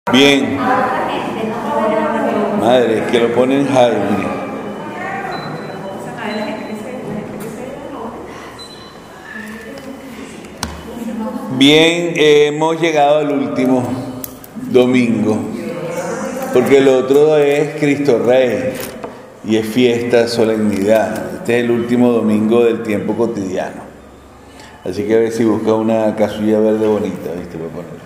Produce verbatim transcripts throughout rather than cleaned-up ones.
Bien. Madre, que lo ponen high. Bien, eh, hemos llegado al último domingo, porque el otro es Cristo Rey y es fiesta, solemnidad. Este es el último domingo del tiempo cotidiano. Así que a ver si busca una casulla verde bonita, ¿viste? Voy a poner.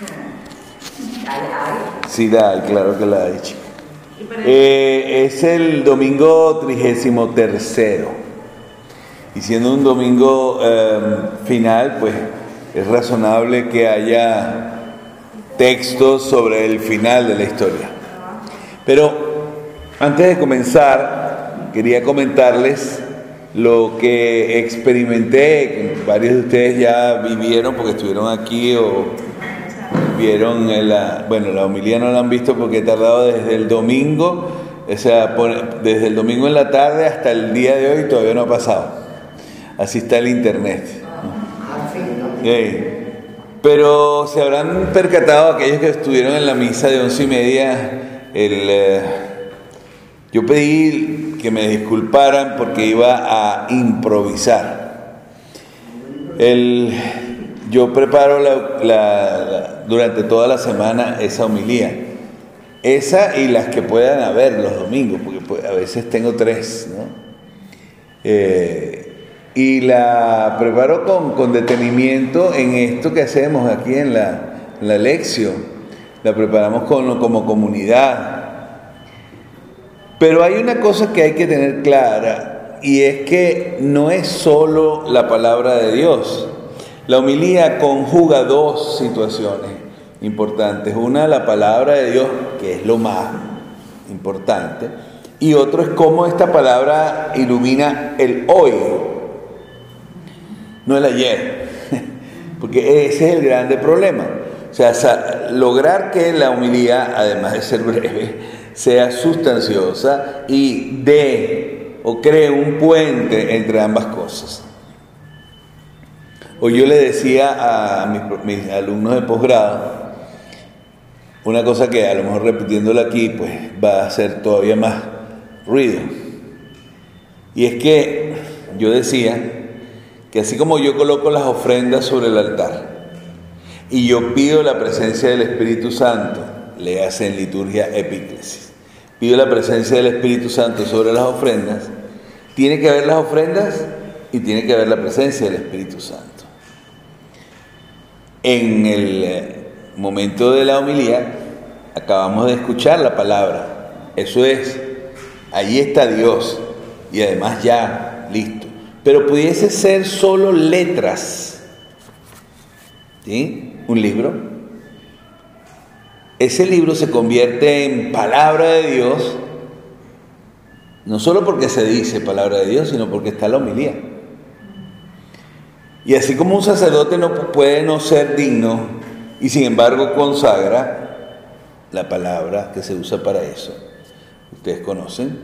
Sí, la hay, claro que la hay, chico. Eh, es el domingo trigésimo tercero. Y siendo un domingo eh, final, pues es razonable que haya textos sobre el final de la historia. Pero antes de comenzar, quería comentarles lo que experimenté, que varios de ustedes ya vivieron porque estuvieron aquí o vieron en la, bueno, la homilía no la han visto porque he tardado desde el domingo, o sea, por, desde el domingo en la tarde hasta el día de hoy todavía no ha pasado. Así está el internet. Okay. Pero se habrán percatado aquellos que estuvieron en la misa de once y media, el, eh, yo pedí que me disculparan porque iba a improvisar. El... Yo preparo la, la, la, durante toda la semana esa homilía, esa y las que puedan haber los domingos, porque pues, a veces tengo tres, ¿no? Eh, y la preparo con, con detenimiento en esto que hacemos aquí en la, en la lección, la preparamos con, como comunidad. Pero hay una cosa que hay que tener clara, y es que no es solo la palabra de Dios. La homilía conjuga dos situaciones importantes. Una, la palabra de Dios, que es lo más importante, y otro es cómo esta palabra ilumina el hoy, no el ayer, porque ese es el grande problema. O sea, lograr que la homilía, además de ser breve, sea sustanciosa y dé o cree un puente entre ambas cosas. O yo le decía a mis, mis alumnos de posgrado una cosa que a lo mejor repitiéndola aquí pues va a hacer todavía más ruido. Y es que yo decía que así como yo coloco las ofrendas sobre el altar y yo pido la presencia del Espíritu Santo, le hacen liturgia epíclesis, pido la presencia del Espíritu Santo sobre las ofrendas, tiene que haber las ofrendas y tiene que haber la presencia del Espíritu Santo. En el momento de la homilía acabamos de escuchar la palabra, eso es, allí está Dios y además ya, listo. Pero pudiese ser solo letras, ¿sí? Un libro. Ese libro se convierte en palabra de Dios, no solo porque se dice palabra de Dios, sino porque está la homilía. Y así como un sacerdote no puede no ser digno y sin embargo consagra la palabra que se usa para eso, ustedes conocen,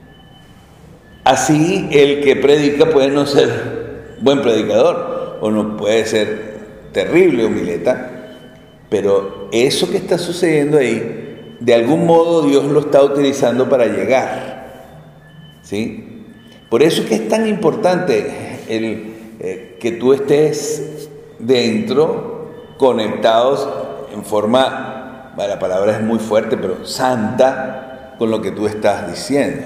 así el que predica puede no ser buen predicador o no puede ser terrible homileta, pero eso que está sucediendo ahí, de algún modo Dios lo está utilizando para llegar, ¿sí? Por eso es que es tan importante el Eh, que tú estés dentro, conectados en forma, la palabra es muy fuerte, pero santa, con lo que tú estás diciendo.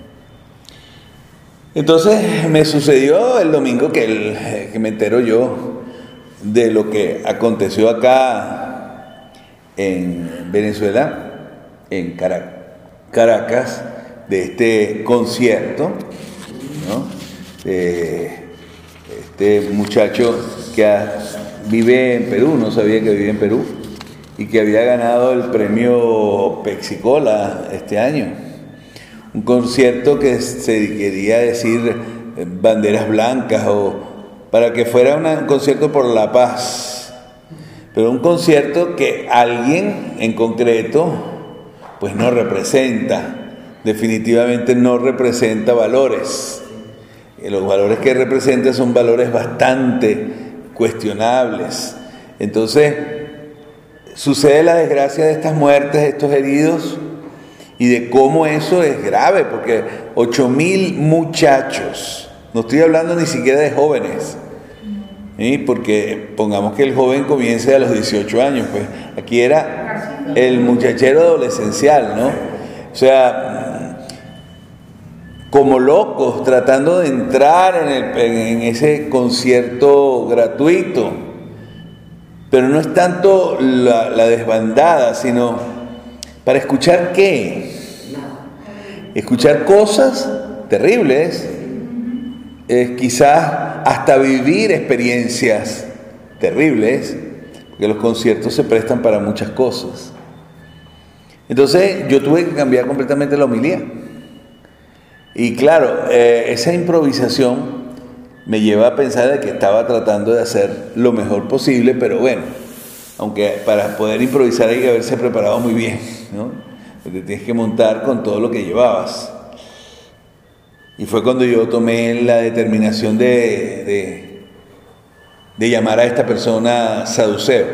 Entonces me sucedió el domingo que, el, que me entero yo de lo que aconteció acá en Venezuela, en Caracas, de este concierto, ¿no? Eh, Este muchacho que vive en Perú, no sabía que vivía en Perú, y que había ganado el premio Pexicola este año. Un concierto que se quería decir banderas blancas, o para que fuera una, un concierto por la paz. Pero un concierto que alguien en concreto, pues no representa, definitivamente no representa valores. Los valores que representa son valores bastante cuestionables. Entonces, sucede la desgracia de estas muertes, de estos heridos, y de cómo eso es grave, porque ocho mil muchachos, no estoy hablando ni siquiera de jóvenes, ¿sí? Porque pongamos que el joven comience a los dieciocho años, pues aquí era el muchachero adolescencial, ¿no? O sea, como locos, tratando de entrar en, el, en, en ese concierto gratuito. Pero no es tanto la, la desbandada, sino para escuchar qué. Escuchar cosas terribles, eh, quizás hasta vivir experiencias terribles, porque los conciertos se prestan para muchas cosas. Entonces yo tuve que cambiar completamente la homilía. Y claro, eh, esa improvisación me lleva a pensar de que estaba tratando de hacer lo mejor posible, pero bueno, aunque para poder improvisar hay que haberse preparado muy bien, ¿no? Porque tienes que montar con todo lo que llevabas. Y fue cuando yo tomé la determinación de, de, de llamar a esta persona saduceo.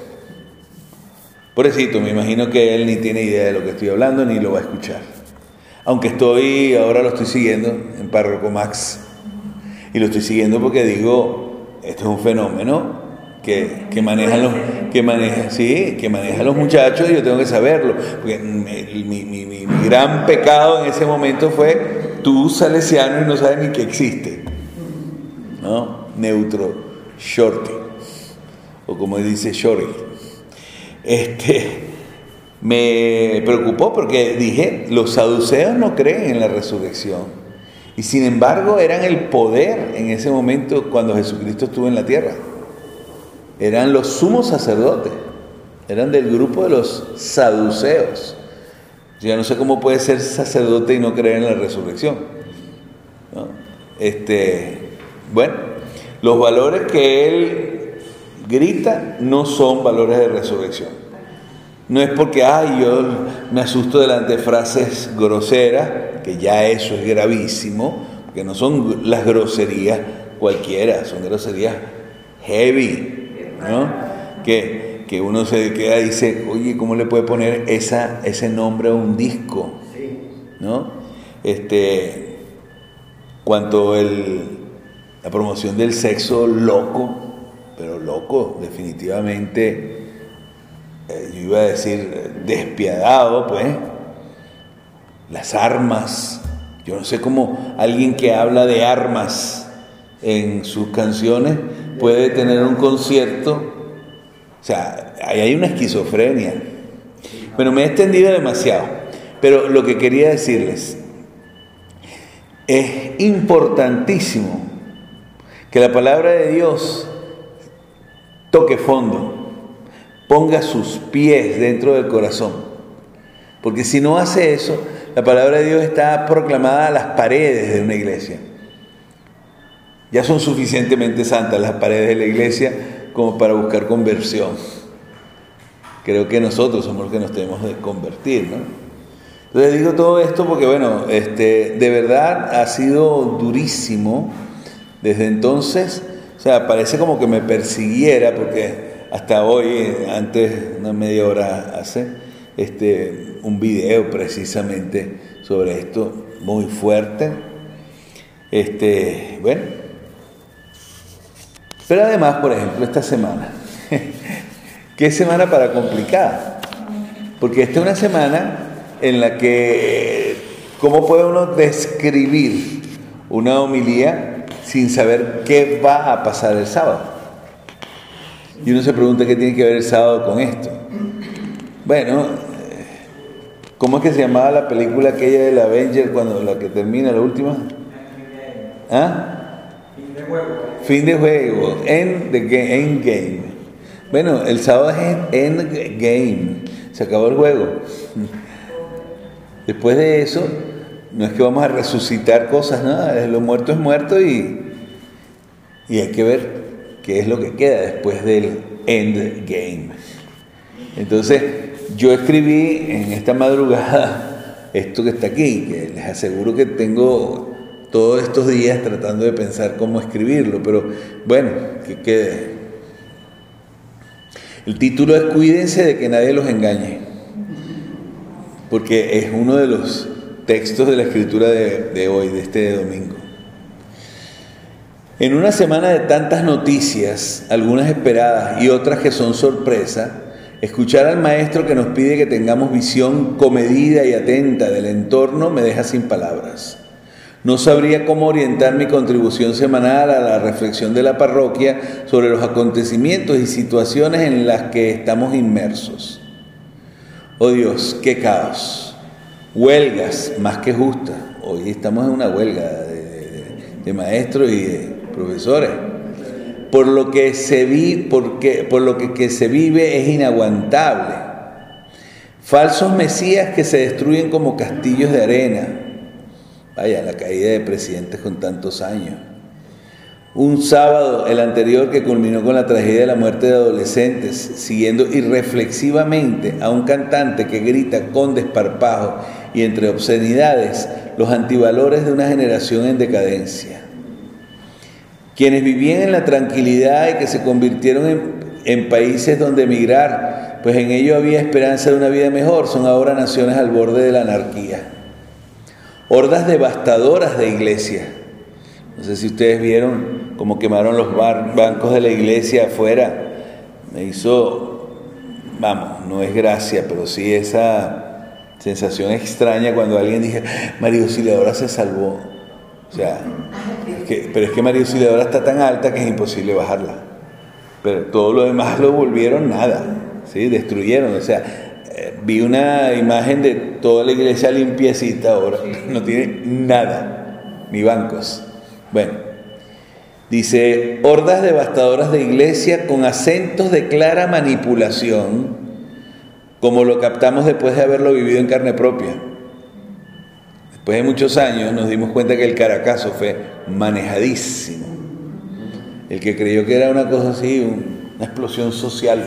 Pobrecito, me imagino que él ni tiene idea de lo que estoy hablando, ni lo va a escuchar. Aunque estoy, ahora lo estoy siguiendo en Párroco Max. Y lo estoy siguiendo porque digo, esto es un fenómeno que, que manejan los, que maneja, sí, que manejan los muchachos, y yo tengo que saberlo. Porque mi, mi, mi, mi gran pecado en ese momento fue, tú salesiano y no sabes ni que existe, ¿no? Neutro shorty, o como dice shorty. Este, me preocupó porque dije, los saduceos no creen en la resurrección. Y sin embargo eran el poder en ese momento cuando Jesucristo estuvo en la tierra. Eran los sumos sacerdotes, eran del grupo de los saduceos. Yo no sé cómo puede ser sacerdote y no creer en la resurrección, ¿no? Este, bueno, los valores que él grita no son valores de resurrección. No es porque, ay, yo me asusto delante de frases groseras, que ya eso es gravísimo, porque no son las groserías cualquiera, son groserías heavy, ¿no? Que, que uno se queda y dice, oye, ¿cómo le puede poner esa, ese nombre a un disco? ¿No? Este, cuanto el, la promoción del sexo loco, pero loco, definitivamente, eh, yo iba a decir despiadado, pues, las armas. Yo no sé cómo alguien que habla de armas en sus canciones puede tener un concierto. O sea, ahí hay una esquizofrenia. Bueno, me he extendido demasiado, pero lo que quería decirles, es importantísimo que la palabra de Dios toque fondo, ponga sus pies dentro del corazón, porque si no hace eso, la palabra de Dios está proclamada a las paredes de una iglesia. Ya son suficientemente santas las paredes de la iglesia como para buscar conversión. Creo que nosotros somos los que nos tenemos de convertir, ¿no? Entonces digo todo esto porque, bueno, este, de verdad ha sido durísimo desde entonces. O sea, parece como que me persiguiera, porque hasta hoy, antes, una media hora hace, este, un video precisamente sobre esto, muy fuerte. Este, bueno, pero además, por ejemplo, esta semana, ¿qué semana para complicada? Porque esta es una semana en la que, ¿cómo puede uno describir una homilía sin saber qué va a pasar el sábado? Y uno se pregunta qué tiene que ver el sábado con esto. Bueno, ¿cómo es que se llamaba la película aquella del Avenger, cuando la que termina, la última? ¿Ah? Fin de juego. Fin de juego. End the game. End game. Bueno, el sábado es end game. Se acabó el juego. Después de eso, no es que vamos a resucitar cosas, nada. Lo muerto es muerto y, y hay que ver qué es lo que queda después del end game. Entonces, yo escribí en esta madrugada esto que está aquí, que les aseguro que tengo todos estos días tratando de pensar cómo escribirlo, pero bueno, que quede. El título es Cuídense de que nadie los engañe, porque es uno de los textos de la escritura de, de hoy, de este domingo. En una semana de tantas noticias, algunas esperadas y otras que son sorpresa, escuchar al maestro que nos pide que tengamos visión comedida y atenta del entorno me deja sin palabras. No sabría cómo orientar mi contribución semanal a la reflexión de la parroquia sobre los acontecimientos y situaciones en las que estamos inmersos. Oh Dios, qué caos. Huelgas más que justas. Hoy estamos en una huelga de, de, de maestros y de profesores. Por lo que se vi, porque, por lo que, que se vive es inaguantable. Falsos mesías que se destruyen como castillos de arena. Vaya, la caída de presidentes con tantos años. Un sábado, el anterior, que culminó con la tragedia de la muerte de adolescentes, siguiendo irreflexivamente a un cantante que grita con desparpajo y entre obscenidades los antivalores de una generación en decadencia. Quienes vivían en la tranquilidad y que se convirtieron en, en países donde emigrar, pues en ello había esperanza de una vida mejor, son ahora naciones al borde de la anarquía. Hordas devastadoras de iglesia. No sé si ustedes vieron cómo quemaron los bar, bancos de la iglesia afuera. Me hizo, vamos, no es gracia, pero sí esa sensación extraña cuando alguien dice, María Auxiliadora se salvó. O sea, es que, pero es que María Auxiliadora está tan alta que es imposible bajarla. Pero todo lo demás lo volvieron nada, ¿sí? Destruyeron, o sea... Vi una imagen de toda la iglesia limpiecita ahora, no tiene nada, ni bancos. Bueno, dice, hordas devastadoras de iglesia con acentos de clara manipulación, como lo captamos después de haberlo vivido en carne propia. Después de muchos años nos dimos cuenta que el Caracazo fue manejadísimo. El que creyó que era una cosa así, una explosión social.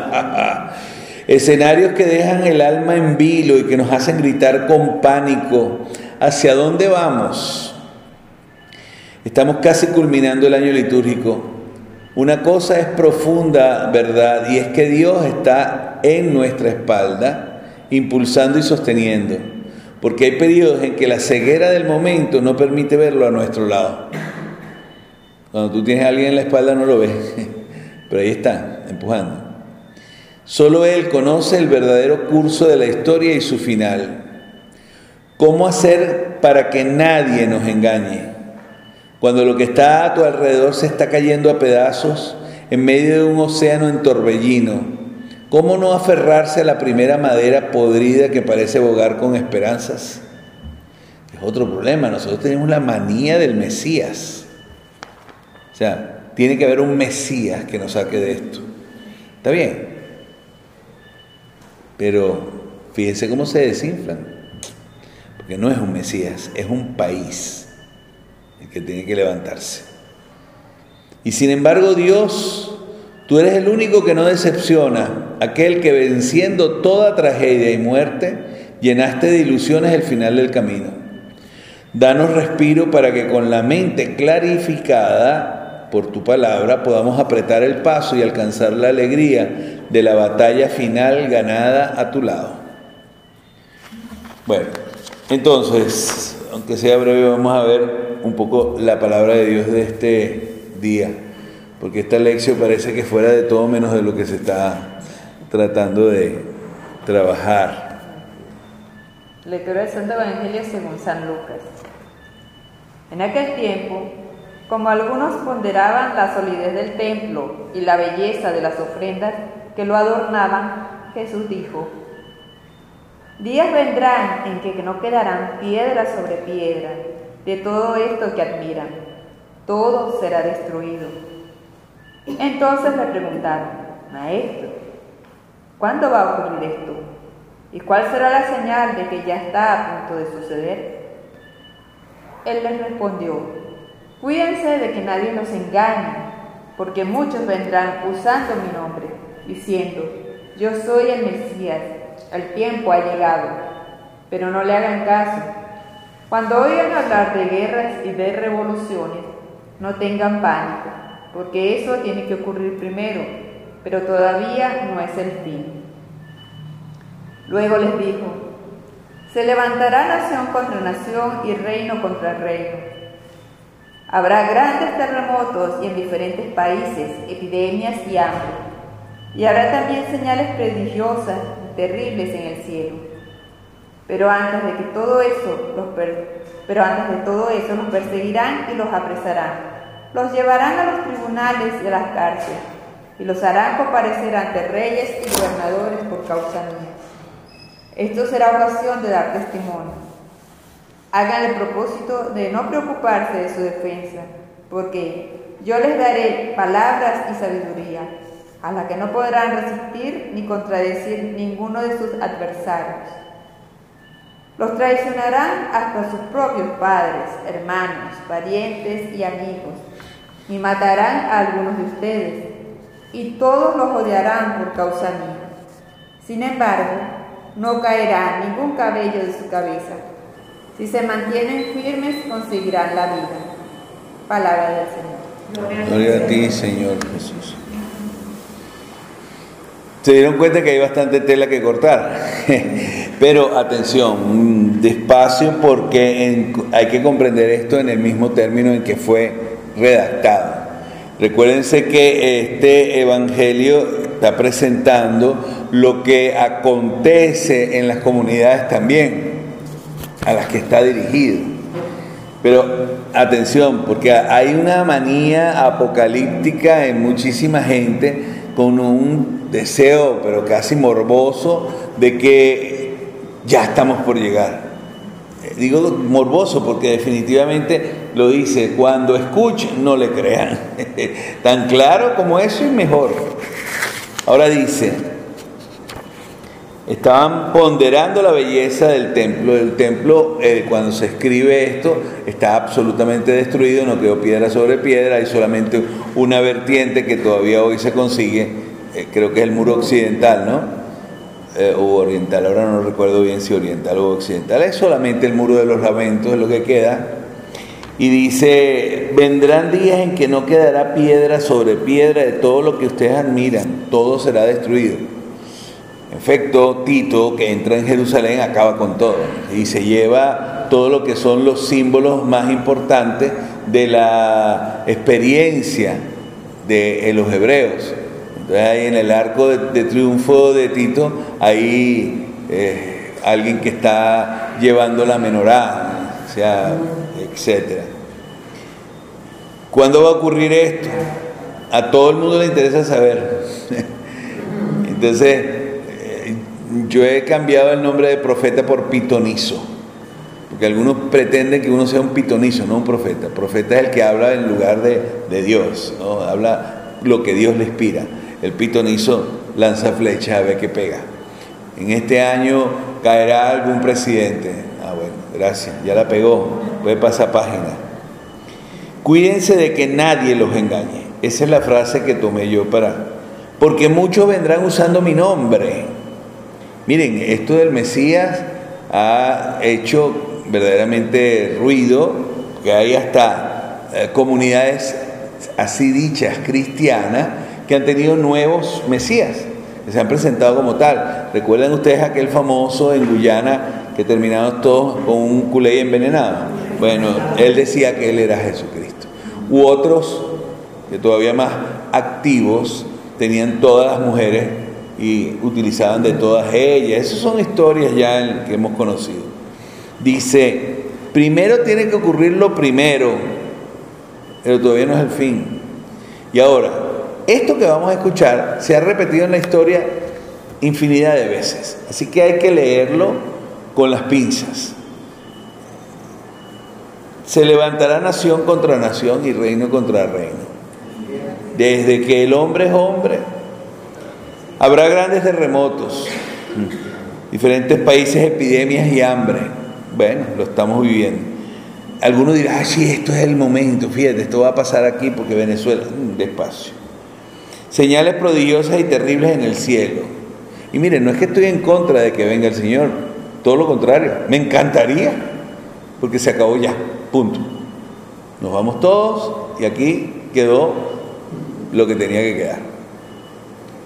Escenarios que dejan el alma en vilo y que nos hacen gritar con pánico. ¿Hacia dónde vamos? Estamos casi culminando el año litúrgico. Una cosa es profunda, ¿verdad? Y es que Dios está en nuestra espalda, impulsando y sosteniendo. Porque hay periodos en que la ceguera del momento no permite verlo a nuestro lado. Cuando tú tienes a alguien en la espalda no lo ves, pero ahí está, empujando. Solo Él conoce el verdadero curso de la historia y su final. ¿Cómo hacer para que nadie nos engañe? Cuando lo que está a tu alrededor se está cayendo a pedazos en medio de un océano en torbellino, ¿cómo no aferrarse a la primera madera podrida que parece bogar con esperanzas? Es otro problema. Nosotros tenemos la manía del Mesías. O sea, tiene que haber un Mesías que nos saque de esto. ¿Está bien? Pero fíjense cómo se desinflan, porque no es un Mesías, es un país el que tiene que levantarse. Y sin embargo, Dios, tú eres el único que no decepciona, aquel que venciendo toda tragedia y muerte, llenaste de ilusiones el final del camino. Danos respiro para que con la mente clarificada por tu palabra podamos apretar el paso y alcanzar la alegría de la batalla final ganada a tu lado. Bueno, entonces, aunque sea breve, vamos a ver un poco la palabra de Dios de este día, porque esta lección parece que fuera de todo menos de lo que se está tratando de trabajar. Lectura del Santo Evangelio según San Lucas. En aquel tiempo, como algunos ponderaban la solidez del templo y la belleza de las ofrendas que lo adornaban, Jesús dijo: días vendrán en que no quedarán piedra sobre piedra de todo esto que admiran, todo será destruido. Entonces le preguntaron: Maestro, ¿cuándo va a ocurrir esto? ¿Y cuál será la señal de que ya está a punto de suceder? Él les respondió: cuídense de que nadie nos engañe, porque muchos vendrán usando mi nombre, diciendo: yo soy el Mesías, el tiempo ha llegado. Pero no le hagan caso. Cuando oigan hablar de guerras y de revoluciones, no tengan pánico, porque eso tiene que ocurrir primero, pero todavía no es el fin. Luego les dijo: se levantará nación contra nación y reino contra reino. Habrá grandes terremotos y en diferentes países, epidemias y hambre. Y habrá también señales prodigiosas y terribles en el cielo. Pero antes de que todo eso los per... pero antes de todo eso los perseguirán y los apresarán. Los llevarán a los tribunales y a las cárceles, y los harán comparecer ante reyes y gobernadores por causa mía. Esto será ocasión de dar testimonio. Hagan el propósito de no preocuparse de su defensa, porque yo les daré palabras y sabiduría, a la que no podrán resistir ni contradecir ninguno de sus adversarios. Los traicionarán hasta sus propios padres, hermanos, parientes y amigos, y matarán a algunos de ustedes, y todos los odiarán por causa mía. Sin embargo, no caerá ningún cabello de su cabeza. Si se mantienen firmes, conseguirán la vida. Palabra del Señor. Gloria a ti, Señor Jesús. Se dieron cuenta que hay bastante tela que cortar, pero atención, despacio, porque en, hay que comprender esto en el mismo término en que fue redactado. Recuérdense que este evangelio está presentando lo que acontece en las comunidades también, a las que está dirigido. Pero atención, porque hay una manía apocalíptica en muchísima gente con un deseo, pero casi morboso, de que ya estamos por llegar. Digo morboso porque definitivamente lo dice: cuando escuchen, no le crean. Tan claro como eso y mejor. Ahora dice: estaban ponderando la belleza del templo. El templo, eh, cuando se escribe esto, está absolutamente destruido, no quedó piedra sobre piedra, hay solamente una vertiente que todavía hoy se consigue, eh, creo que es el muro occidental, ¿no? Eh, o oriental, ahora no recuerdo bien si oriental o occidental, es solamente el muro de los lamentos, es lo que queda. Y dice: vendrán días en que no quedará piedra sobre piedra de todo lo que ustedes admiran, todo será destruido. En efecto, Tito, que entra en Jerusalén, acaba con todo y se lleva todo lo que son los símbolos más importantes de la experiencia de los hebreos. Entonces ahí en el arco de, de triunfo de Tito hay eh, alguien que está llevando la menorá, o sea, etcétera. ¿Cuándo va a ocurrir esto? A todo el mundo le interesa saber. Entonces, eh, yo he cambiado el nombre de profeta por pitonizo, porque algunos pretenden que uno sea un pitonizo, no un profeta. Profeta es el que habla en lugar de, de Dios, ¿no? Habla lo que Dios le inspira. El pitonizo lanza flechas a ver qué pega. En este año caerá algún presidente. Ah, bueno, gracias, ya la pegó, puede pasar página. Cuídense de que nadie los engañe. Esa es la frase que tomé yo para... Porque muchos vendrán usando mi nombre. Miren, esto del Mesías ha hecho verdaderamente ruido, que hay hasta eh, comunidades así dichas cristianas que han tenido nuevos mesías, que se han presentado como tal. ¿Recuerdan ustedes aquel famoso en Guyana que terminamos todos con un culé envenenado? Bueno, él decía que él era Jesucristo. U otros, que todavía más activos, tenían todas las mujeres y utilizaban de todas ellas. Esas son historias ya que hemos conocido. Dice, primero tiene que ocurrir lo primero, pero todavía no es el fin. Y ahora, esto que vamos a escuchar se ha repetido en la historia infinidad de veces, así que hay que leerlo con las pinzas. Se levantará nación contra nación y reino contra reino. Desde que el hombre es hombre, habrá grandes terremotos, diferentes países, epidemias y hambre. Bueno, lo estamos viviendo. Algunos dirán, ah, sí, esto es el momento, fíjate, esto va a pasar aquí porque Venezuela, despacio. Señales prodigiosas y terribles en el cielo. Y miren, no es que estoy en contra de que venga el Señor, todo lo contrario, me encantaría, porque se acabó ya, punto. Nos vamos todos y aquí quedó lo que tenía que quedar.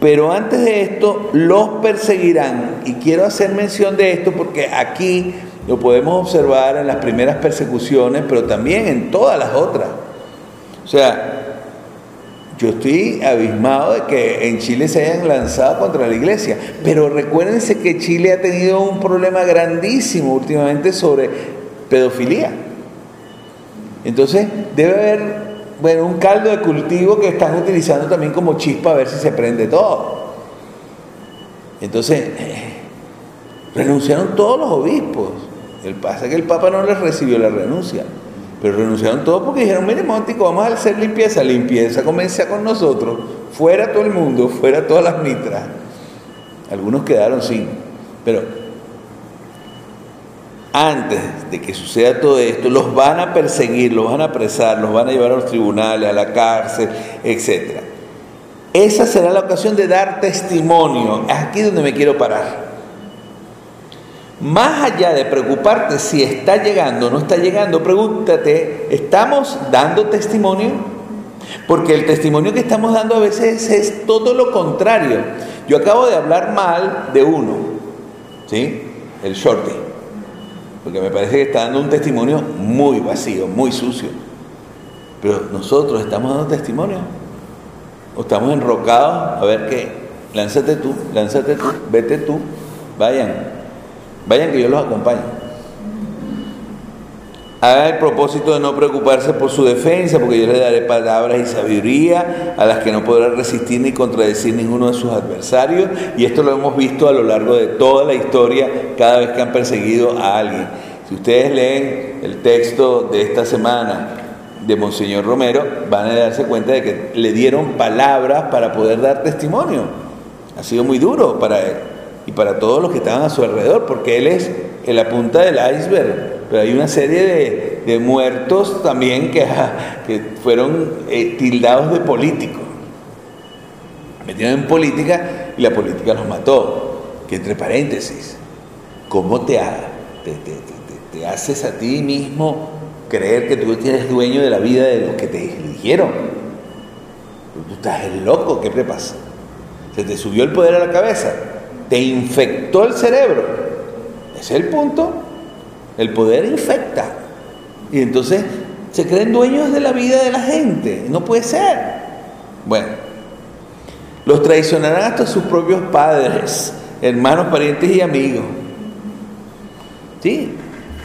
pero antes de esto los perseguirán. Y quiero hacer mención de esto porque aquí lo podemos observar en las primeras persecuciones, pero también en todas las otras. O sea, yo estoy abismado de que en Chile se hayan lanzado contra la iglesia, pero recuérdense que Chile ha tenido un problema grandísimo últimamente sobre pedofilia. Entonces debe haber, bueno, un caldo de cultivo que están utilizando también como chispa a ver si se prende todo. Entonces eh, renunciaron todos los obispos. El pasa que el Papa no les recibió la renuncia, pero renunciaron todos porque dijeron: mire, Móntico, vamos a hacer limpieza. Limpieza comienza con nosotros, fuera todo el mundo, fuera todas las mitras. Algunos quedaron sin, pero antes de que suceda todo esto, los van a perseguir, los van a apresar, los van a llevar a los tribunales, a la cárcel, etcétera. Esa será la ocasión de dar testimonio. Es aquí donde me quiero parar. Más allá de preocuparte si está llegando o no está llegando, pregúntate: ¿estamos dando testimonio? Porque el testimonio que estamos dando a veces es todo lo contrario. Yo acabo de hablar mal de uno, ¿sí? El Shorty, porque me parece que está dando un testimonio muy vacío, muy sucio. Pero nosotros estamos dando testimonio, o estamos enrocados a ver qué. Lánzate tú, lánzate tú, vete tú, vayan. Vayan que yo los acompaño. Haga el propósito de no preocuparse por su defensa, porque yo les daré palabras y sabiduría a las que no podrá resistir ni contradecir ninguno de sus adversarios. Y esto lo hemos visto a lo largo de toda la historia, cada vez que han perseguido a alguien. Si ustedes leen el texto de esta semana de Monseñor Romero, van a darse cuenta de que le dieron palabras para poder dar testimonio. Ha sido muy duro para él y para todos los que estaban a su alrededor, porque él es en la punta del iceberg, pero hay una serie de, de muertos también que, que fueron eh, tildados de políticos, metieron en política y la política los mató. Que entre paréntesis, ¿cómo te, te, te, te, te haces a ti mismo creer que tú eres dueño de la vida de los que te eligieron? Tú estás loco, ¿qué te pasa? Se te subió el poder a la cabeza, te infectó el cerebro. Ese es el punto. El poder infecta. Y entonces se creen dueños de la vida de la gente. No puede ser. Bueno, los traicionarán hasta sus propios padres, hermanos, parientes y amigos. Sí.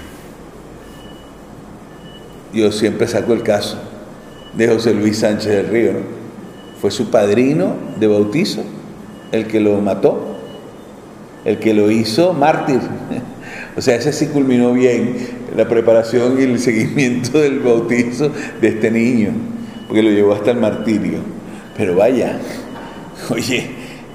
Yo siempre saco el caso de José Luis Sánchez del Río, ¿no? Fue su padrino de bautizo el que lo mató, el que lo hizo mártir. O sea, ese sí culminó bien la preparación y el seguimiento del bautizo de este niño, porque lo llevó hasta el martirio. Pero vaya, oye,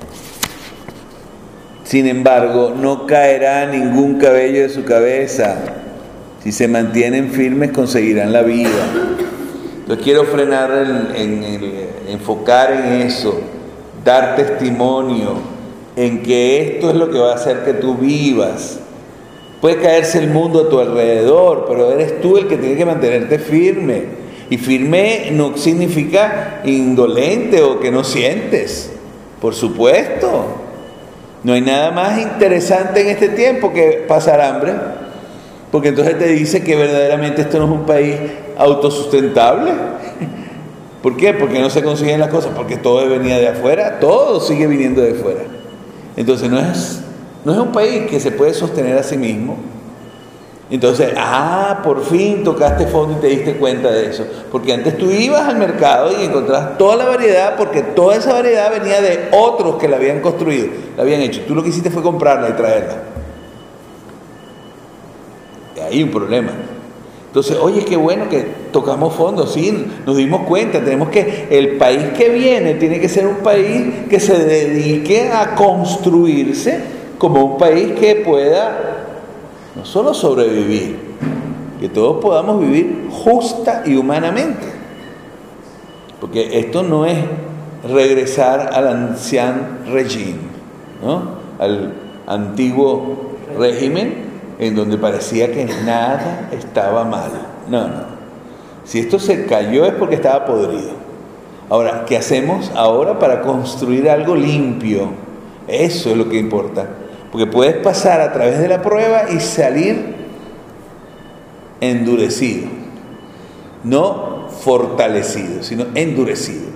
sin embargo, no caerá ningún cabello de su cabeza. Si se mantienen firmes, conseguirán la vida. Entonces quiero frenar, en, en, en, enfocar en eso, dar testimonio en que esto es lo que va a hacer que tú vivas. Puede caerse el mundo a tu alrededor, pero eres tú el que tiene que mantenerte firme. Y firme no significa indolente o que no sientes. Por supuesto. No hay nada más interesante en este tiempo que pasar hambre. Porque entonces te dice que verdaderamente esto no es un país autosustentable. ¿Por qué? Porque no se consiguen las cosas. Porque todo venía de afuera. Todo sigue viniendo de afuera. Entonces no es... No es un país que se puede sostener a sí mismo. Entonces, ah, por fin tocaste fondo y te diste cuenta de eso. Porque antes tú ibas al mercado y encontrabas toda la variedad, porque toda esa variedad venía de otros que la habían construido, la habían hecho. Tú lo que hiciste fue comprarla y traerla. Y ahí hay un problema. Entonces, oye, qué bueno que tocamos fondo, sí, nos dimos cuenta, tenemos que, el país que viene tiene que ser un país que se dedique a construirse como un país que pueda no solo sobrevivir, que todos podamos vivir justa y humanamente. Porque esto no es regresar al ancien régimen, ¿no? Al antiguo régimen en donde parecía que nada estaba mal. No, no. Si esto se cayó es porque estaba podrido. Ahora, ¿qué hacemos ahora para construir algo limpio? Eso es lo que importa. Porque puedes pasar a través de la prueba y salir endurecido. No fortalecido, sino endurecido.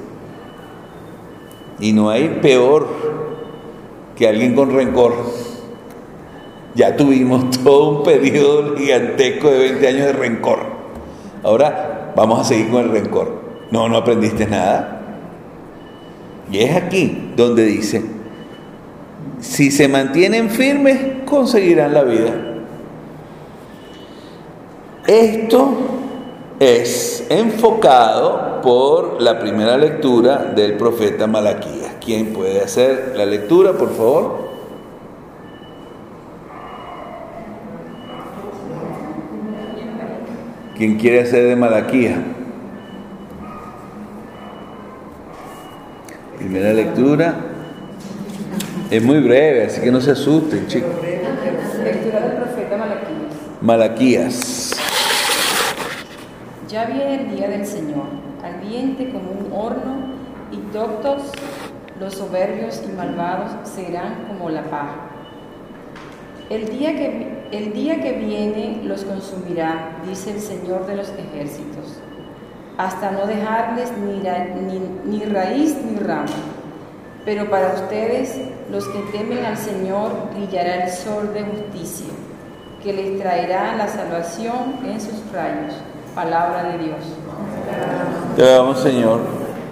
Y no hay peor que alguien con rencor. Ya tuvimos todo un periodo gigantesco de veinte años de rencor. Ahora vamos a seguir con el rencor. No, no aprendiste nada. Y es aquí donde dice, si se mantienen firmes, conseguirán la vida. Esto es enfocado por la primera lectura del profeta Malaquías. ¿Quién puede hacer la lectura, por favor? ¿Quién quiere hacer de Malaquías? Primera lectura. Es muy breve, así que no se asusten, chicos. Lectura del profeta Malaquías. Malaquías. Ya viene el día del Señor, ardiente como un horno, y doctos los soberbios y malvados serán como la paja. El día que, el día que viene los consumirá, dice el Señor de los ejércitos, hasta no dejarles ni, ra, ni, ni raíz ni rama. Pero para ustedes, los que temen al Señor, brillará el sol de justicia, que les traerá la salvación en sus rayos. Palabra de Dios. Te damos, Señor.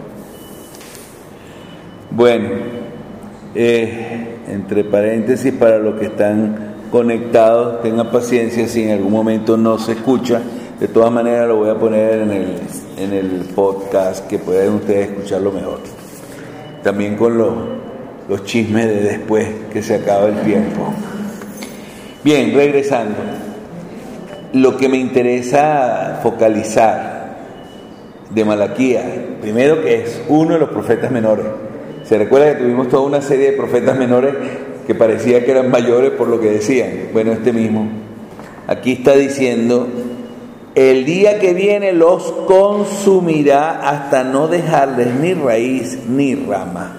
Bueno, eh, entre paréntesis, para los que están conectados, tengan paciencia si en algún momento no se escucha. De todas maneras, lo voy a poner en el, en el podcast, que puedan ustedes escucharlo mejor. También con los, los chismes de después que se acaba el tiempo. Bien, regresando. Lo que me interesa focalizar de Malaquías, primero, que es uno de los profetas menores. Se recuerda que tuvimos toda una serie de profetas menores que parecía que eran mayores por lo que decían. Bueno, este mismo. Aquí está diciendo, el día que viene los consumirá hasta no dejarles ni raíz ni rama.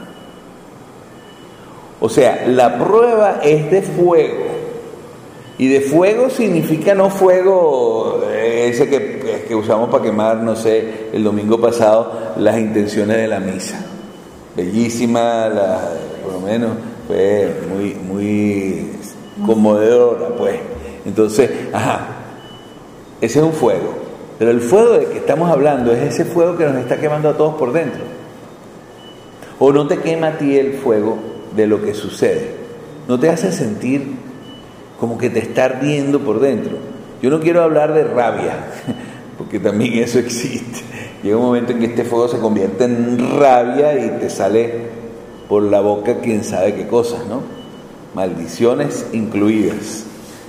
O sea, la prueba es de fuego. Y de fuego significa no fuego ese que, que usamos para quemar, no sé, el domingo pasado, las intenciones de la misa. Bellísima, la, por lo menos fue muy, muy conmovedora, pues. Entonces, ajá, ese es un fuego. Pero el fuego del que estamos hablando es ese fuego que nos está quemando a todos por dentro. ¿O no te quema a ti el fuego de lo que sucede? ¿No te hace sentir como que te está ardiendo por dentro? Yo no quiero hablar de rabia, porque también eso existe. Llega un momento en que este fuego se convierte en rabia y te sale por la boca quién sabe qué cosas, ¿no? Maldiciones incluidas.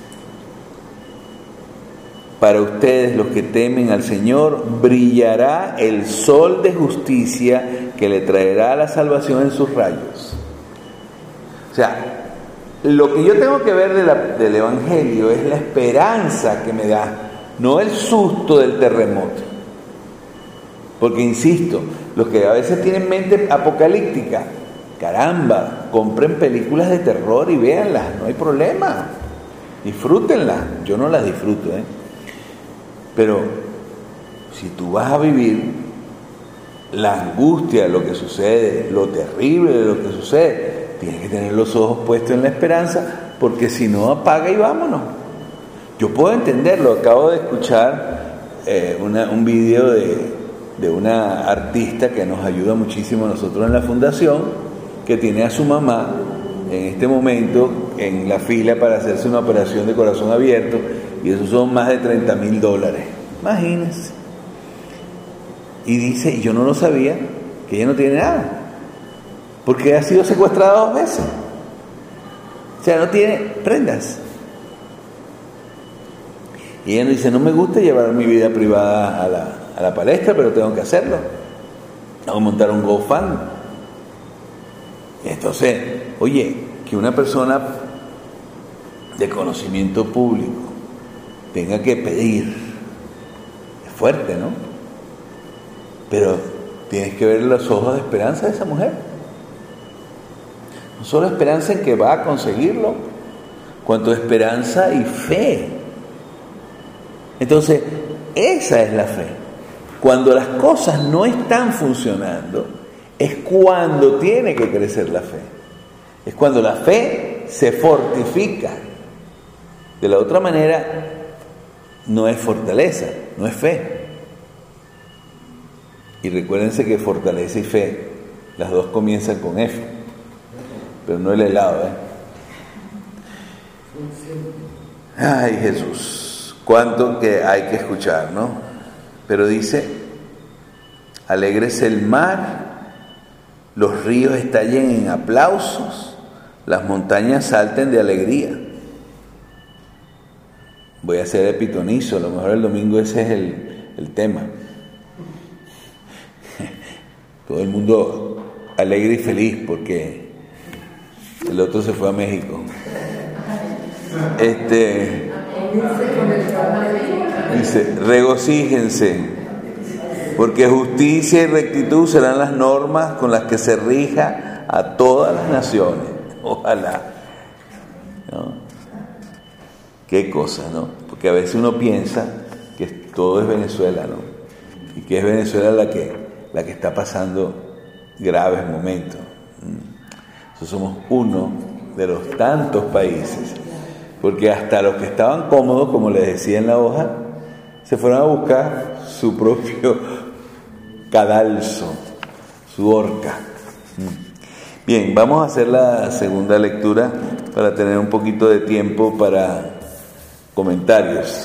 Para ustedes, los que temen al Señor, brillará el sol de justicia que le traerá la salvación en sus rayos. O sea, lo que yo tengo que ver de la, del Evangelio es la esperanza que me da, no el susto del terremoto. Porque insisto, los que a veces tienen mente apocalíptica, caramba, compren películas de terror y véanlas, no hay problema, disfrútenlas. Yo no las disfruto, ¿eh? Pero si tú vas a vivir la angustia de lo que sucede, lo terrible de lo que sucede, tienes que tener los ojos puestos en la esperanza, porque si no, apaga y vámonos. Yo puedo entenderlo. Acabo de escuchar eh, una, un video de, de una artista que nos ayuda muchísimo a nosotros en la fundación, que tiene a su mamá en este momento en la fila para hacerse una operación de corazón abierto, y eso son más de treinta mil dólares. Imagínense. Y dice, y yo no lo sabía, que ella no tiene nada, porque ha sido secuestrada dos veces. O sea, no tiene prendas. Y ella nos dice, no me gusta llevar mi vida privada a la, a la palestra, pero tengo que hacerlo. Vamos a montar un GoFundMe. Entonces, oye, que una persona de conocimiento público tenga que pedir, es fuerte, ¿no? Pero tienes que ver los ojos de esperanza de esa mujer. No solo esperanza en que va a conseguirlo, cuanto esperanza y fe. Entonces, esa es la fe. Cuando las cosas no están funcionando, es cuando tiene que crecer la fe. Es cuando la fe se fortifica. De la otra manera, no es fortaleza, no es fe. Y recuérdense que fortaleza y fe, las dos comienzan con F, pero no el helado, ¿eh? Ay, Jesús, cuánto que hay que escuchar, ¿no? Pero dice, alégrese el mar, los ríos estallen en aplausos, las montañas salten de alegría. Voy a hacer epitonizo, a lo mejor el domingo ese es el, el tema. Todo el mundo alegre y feliz porque el otro se fue a México. Este dice, regocíjense, porque justicia y rectitud serán las normas con las que se rija a todas las naciones. Ojalá, ¿no? Qué cosa, ¿no? Porque a veces uno piensa que todo es Venezuela, ¿no? Y que es Venezuela la que, la que está pasando graves momentos. Nosotros somos uno de los tantos países, porque hasta los que estaban cómodos, como les decía en la hoja, se fueron a buscar su propio cadalso, su horca. Bien, vamos a hacer la segunda lectura para tener un poquito de tiempo para comentarios.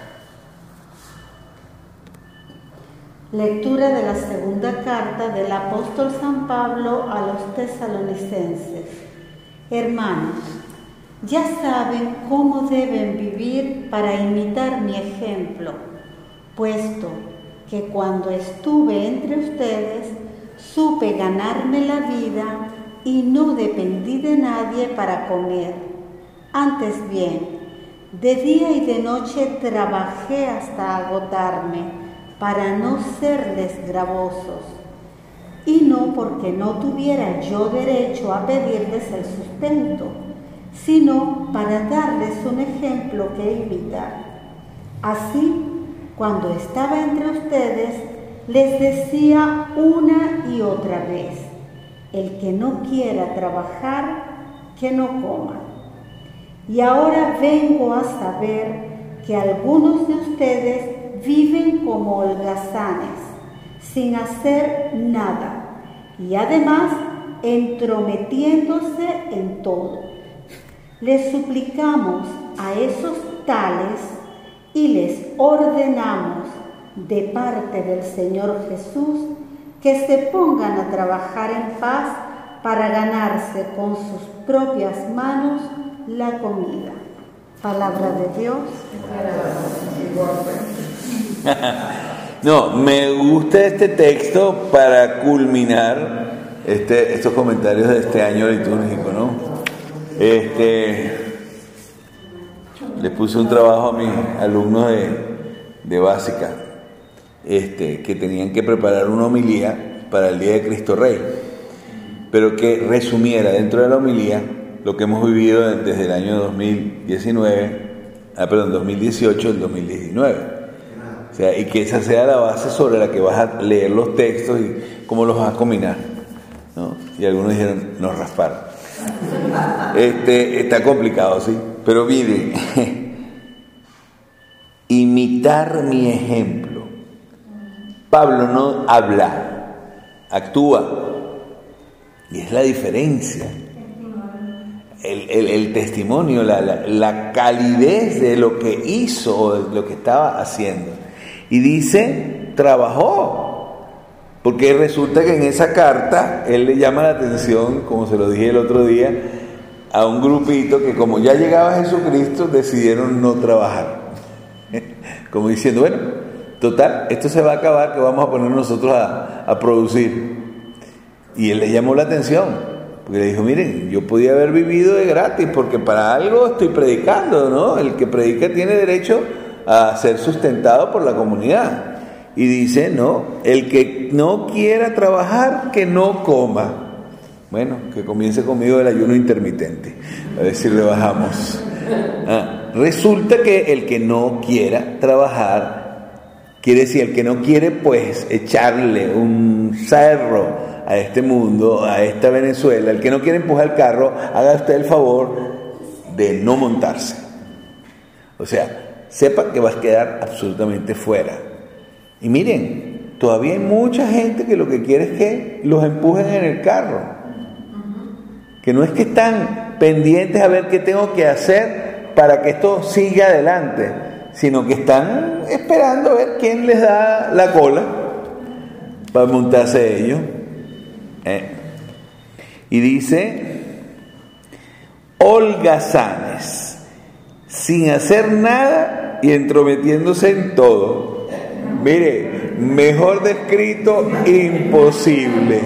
Lectura de la segunda carta del apóstol San Pablo a los tesalonicenses. Hermanos, ya saben cómo deben vivir para imitar mi ejemplo, puesto que cuando estuve entre ustedes supe ganarme la vida y no dependí de nadie para comer. Antes bien, de día y de noche trabajé hasta agotarme para no serles gravosos, y no porque no tuviera yo derecho a pedirles el sustento, sino para darles un ejemplo que imitar. Así, cuando estaba entre ustedes, les decía una y otra vez, el que no quiera trabajar, que no coma. Y ahora vengo a saber que algunos de ustedes viven como holgazanes, sin hacer nada, y además entrometiéndose en todo. Les suplicamos a esos tales y les ordenamos de parte del Señor Jesús que se pongan a trabajar en paz para ganarse con sus propias manos la comida. Palabra de Dios. No, me gusta este texto para culminar este, estos comentarios de este año litúrgico, ¿no? Este, les puse un trabajo a mis alumnos de, de básica, este, que tenían que preparar una homilía para el Día de Cristo Rey, pero que resumiera dentro de la homilía lo que hemos vivido desde el año dos mil diecinueve, ah, perdón, dos mil dieciocho al dos mil diecinueve. O sea, y que esa sea la base sobre la que vas a leer los textos y cómo los vas a combinar, ¿no? Y algunos dijeron, nos rasparon. Este, está complicado, ¿sí? Pero miren, imitar mi ejemplo. Pablo no habla, actúa. Y es la diferencia. El, el, el testimonio, la, la, la calidez de lo que hizo o de lo que estaba haciendo. Y dice, trabajó, porque resulta que en esa carta él le llama la atención, como se lo dije el otro día, a un grupito que como ya llegaba Jesucristo decidieron no trabajar, como diciendo, bueno, total, esto se va a acabar, que vamos a poner nosotros a, a producir. Y él le llamó la atención, porque le dijo, miren, yo podía haber vivido de gratis, porque para algo estoy predicando, ¿no? El que predica tiene derecho a ser sustentado por la comunidad. Y dice, no, el que no quiera trabajar, que no coma. Bueno, que comience conmigo el ayuno intermitente, a ver si rebajamos. Ah, resulta que el que no quiera trabajar, quiere decir, el que no quiere pues echarle un cerro a este mundo, a esta Venezuela, el que no quiere empujar el carro, haga usted el favor de no montarse. O sea, sepa que vas a quedar absolutamente fuera. Y miren, todavía hay mucha gente que lo que quiere es que los empujen en el carro. Que no es que están pendientes a ver qué tengo que hacer para que esto siga adelante, sino que están esperando a ver quién les da la cola para montarse ellos. Eh. Y dice, holgazanes, sin hacer nada y entrometiéndose en todo. Mire, mejor descrito, imposible.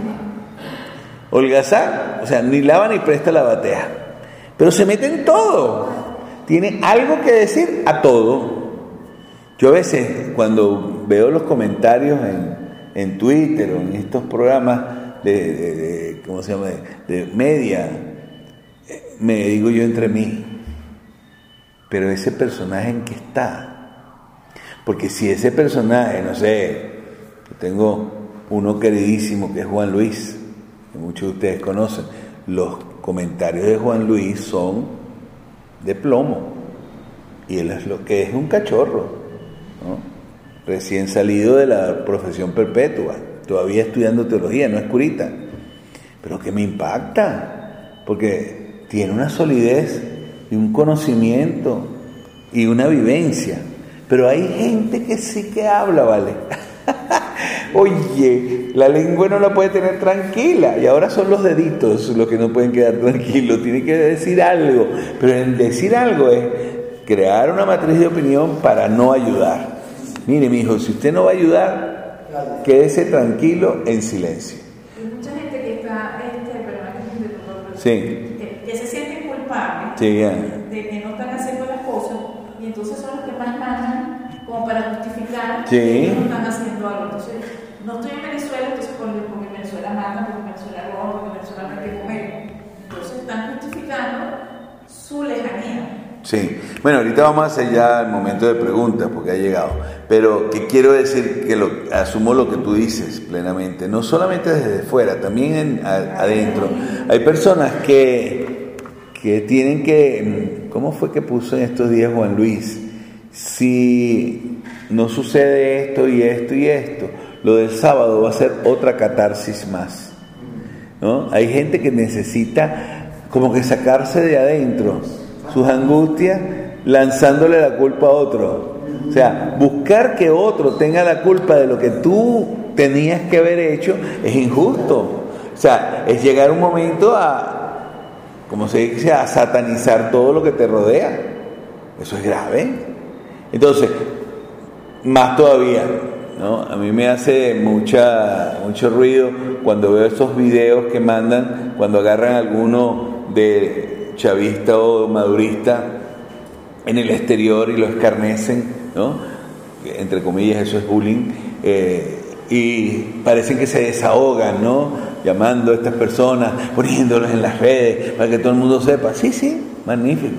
Holgazán, o sea, ni lava ni presta la batea, pero se mete en todo, tiene algo que decir a todo. Yo a veces cuando veo los comentarios en, en Twitter o en estos programas de, de, de ¿cómo se llama?, de, de media, me digo yo entre mí, pero ese personaje en qué está, porque si ese personaje, no sé, yo tengo uno queridísimo que es Juan Luis, que muchos de ustedes conocen, los comentarios de Juan Luis son de plomo, y él es lo que es un cachorro, ¿no? Recién salido de la profesión perpetua, todavía estudiando teología, no es curita, pero que me impacta, porque tiene una solidez y un conocimiento y una vivencia, pero hay gente que sí que habla, ¿vale? Oye, la lengua no la puede tener tranquila, y ahora son los deditos los que no pueden quedar tranquilos, tiene que decir algo, pero en decir algo es crear una matriz de opinión para no ayudar. Mire, mi hijo, si usted no va a ayudar, quédese tranquilo en silencio. Hay mucha gente que está, este, perdón, que, que, sí. que, que se sienten culpables, sí, yeah. de que no están haciendo las cosas, y entonces son los que más mandan como para justificar sí. que ellos no están haciendo algo. Entonces, no estoy en Venezuela, entonces porque en Venezuela matan, porque en Venezuela roban, porque en Venezuela no hay que comer. Entonces están justificando su lejanía. Sí, bueno, ahorita vamos a hacer ya el momento de preguntas porque ha llegado, pero que quiero decir que lo, asumo lo que tú dices plenamente, no solamente desde fuera, también en, a, adentro. Hay personas que, que tienen que, ¿cómo fue que puso en estos días Juan Luis? Si no sucede esto y esto y esto, lo del sábado va a ser otra catarsis más, ¿no? Hay gente que necesita como que sacarse de adentro sus angustias lanzándole la culpa a otro. O sea, buscar que otro tenga la culpa de lo que tú tenías que haber hecho es injusto. O sea, es llegar un momento a, como se dice, a satanizar todo lo que te rodea. Eso es grave. Entonces, más todavía, ¿no? A mí me hace mucha, mucho ruido cuando veo estos videos que mandan, cuando agarran a alguno de chavista o madurista en el exterior y lo escarnecen, ¿no? Entre comillas, eso es bullying, eh, y parecen que se desahogan, ¿no? Llamando a estas personas, poniéndolos en las redes para que todo el mundo sepa. Sí, sí, magnífico.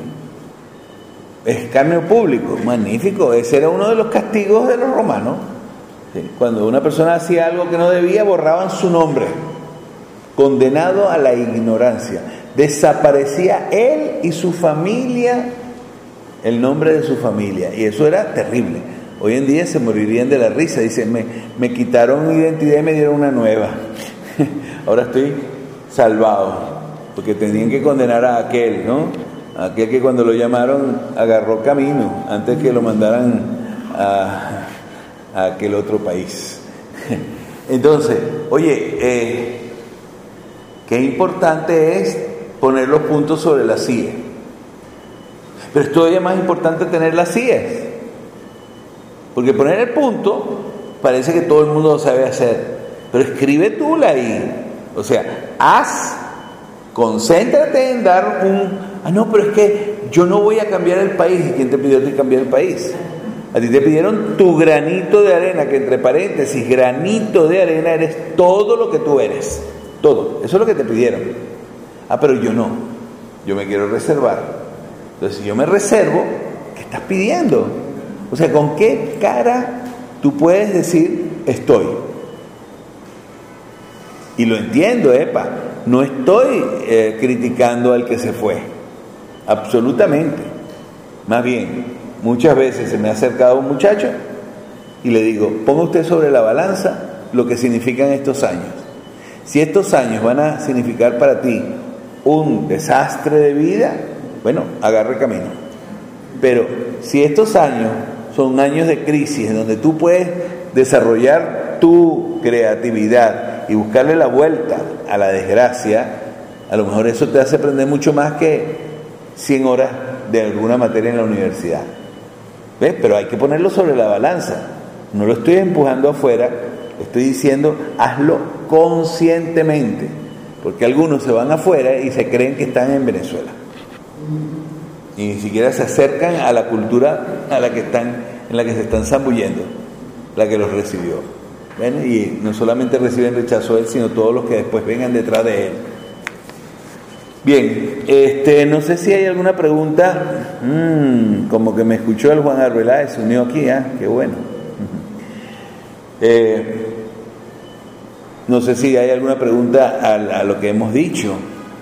Escarnio público, magnífico. Ese era uno de los castigos de los romanos. ¿Sí? Cuando una persona hacía algo que no debía, borraban su nombre, condenado a la ignorancia. Desaparecía él y su familia, el nombre de su familia, y eso era terrible. Hoy en día se morirían de la risa. Dicen, me, me quitaron mi identidad y me dieron una nueva. Ahora estoy salvado, porque tenían que condenar a aquel, ¿no? Aquel que cuando lo llamaron agarró camino antes que lo mandaran a, a aquel otro país. Entonces, oye, eh, qué importante es poner los puntos sobre las sillas. Pero es todavía más importante tener las sillas, porque poner el punto parece que todo el mundo lo sabe hacer, pero escribe tú la I. O sea, haz, concéntrate en dar un... Ah, no, pero es que yo no voy a cambiar el país. ¿Y quién te pidió que cambiar el país? A ti te pidieron tu granito de arena, que entre paréntesis, granito de arena eres todo lo que tú eres. Todo. Eso es lo que te pidieron. Ah, pero yo no. Yo me quiero reservar. Entonces, si yo me reservo, ¿qué estás pidiendo? O sea, ¿con qué cara tú puedes decir estoy? Y lo entiendo, epa. No estoy eh, criticando al que se fue. Absolutamente. Más bien, muchas veces se me ha acercado un muchacho y le digo, ponga usted sobre la balanza lo que significan estos años. Si estos años van a significar para ti un desastre de vida, bueno, agarre camino. Pero si estos años son años de crisis en donde tú puedes desarrollar tu creatividad y buscarle la vuelta a la desgracia, a lo mejor eso te hace aprender mucho más que cien horas de alguna materia en la universidad. ¿Ves? Pero hay que ponerlo sobre la balanza. No lo estoy empujando afuera, estoy diciendo hazlo conscientemente, porque algunos se van afuera y se creen que están en Venezuela y ni siquiera se acercan a la cultura a la que están, en la que se están zambullendo, la que los recibió. ¿Ven? Y no solamente reciben rechazo a él, sino todos los que después vengan detrás de él. Bien, este, no sé si hay alguna pregunta. Mm, como que me escuchó el Juan Arbeláez, se unió aquí, ¿eh? Qué bueno. Eh, no sé si hay alguna pregunta a, a lo que hemos dicho.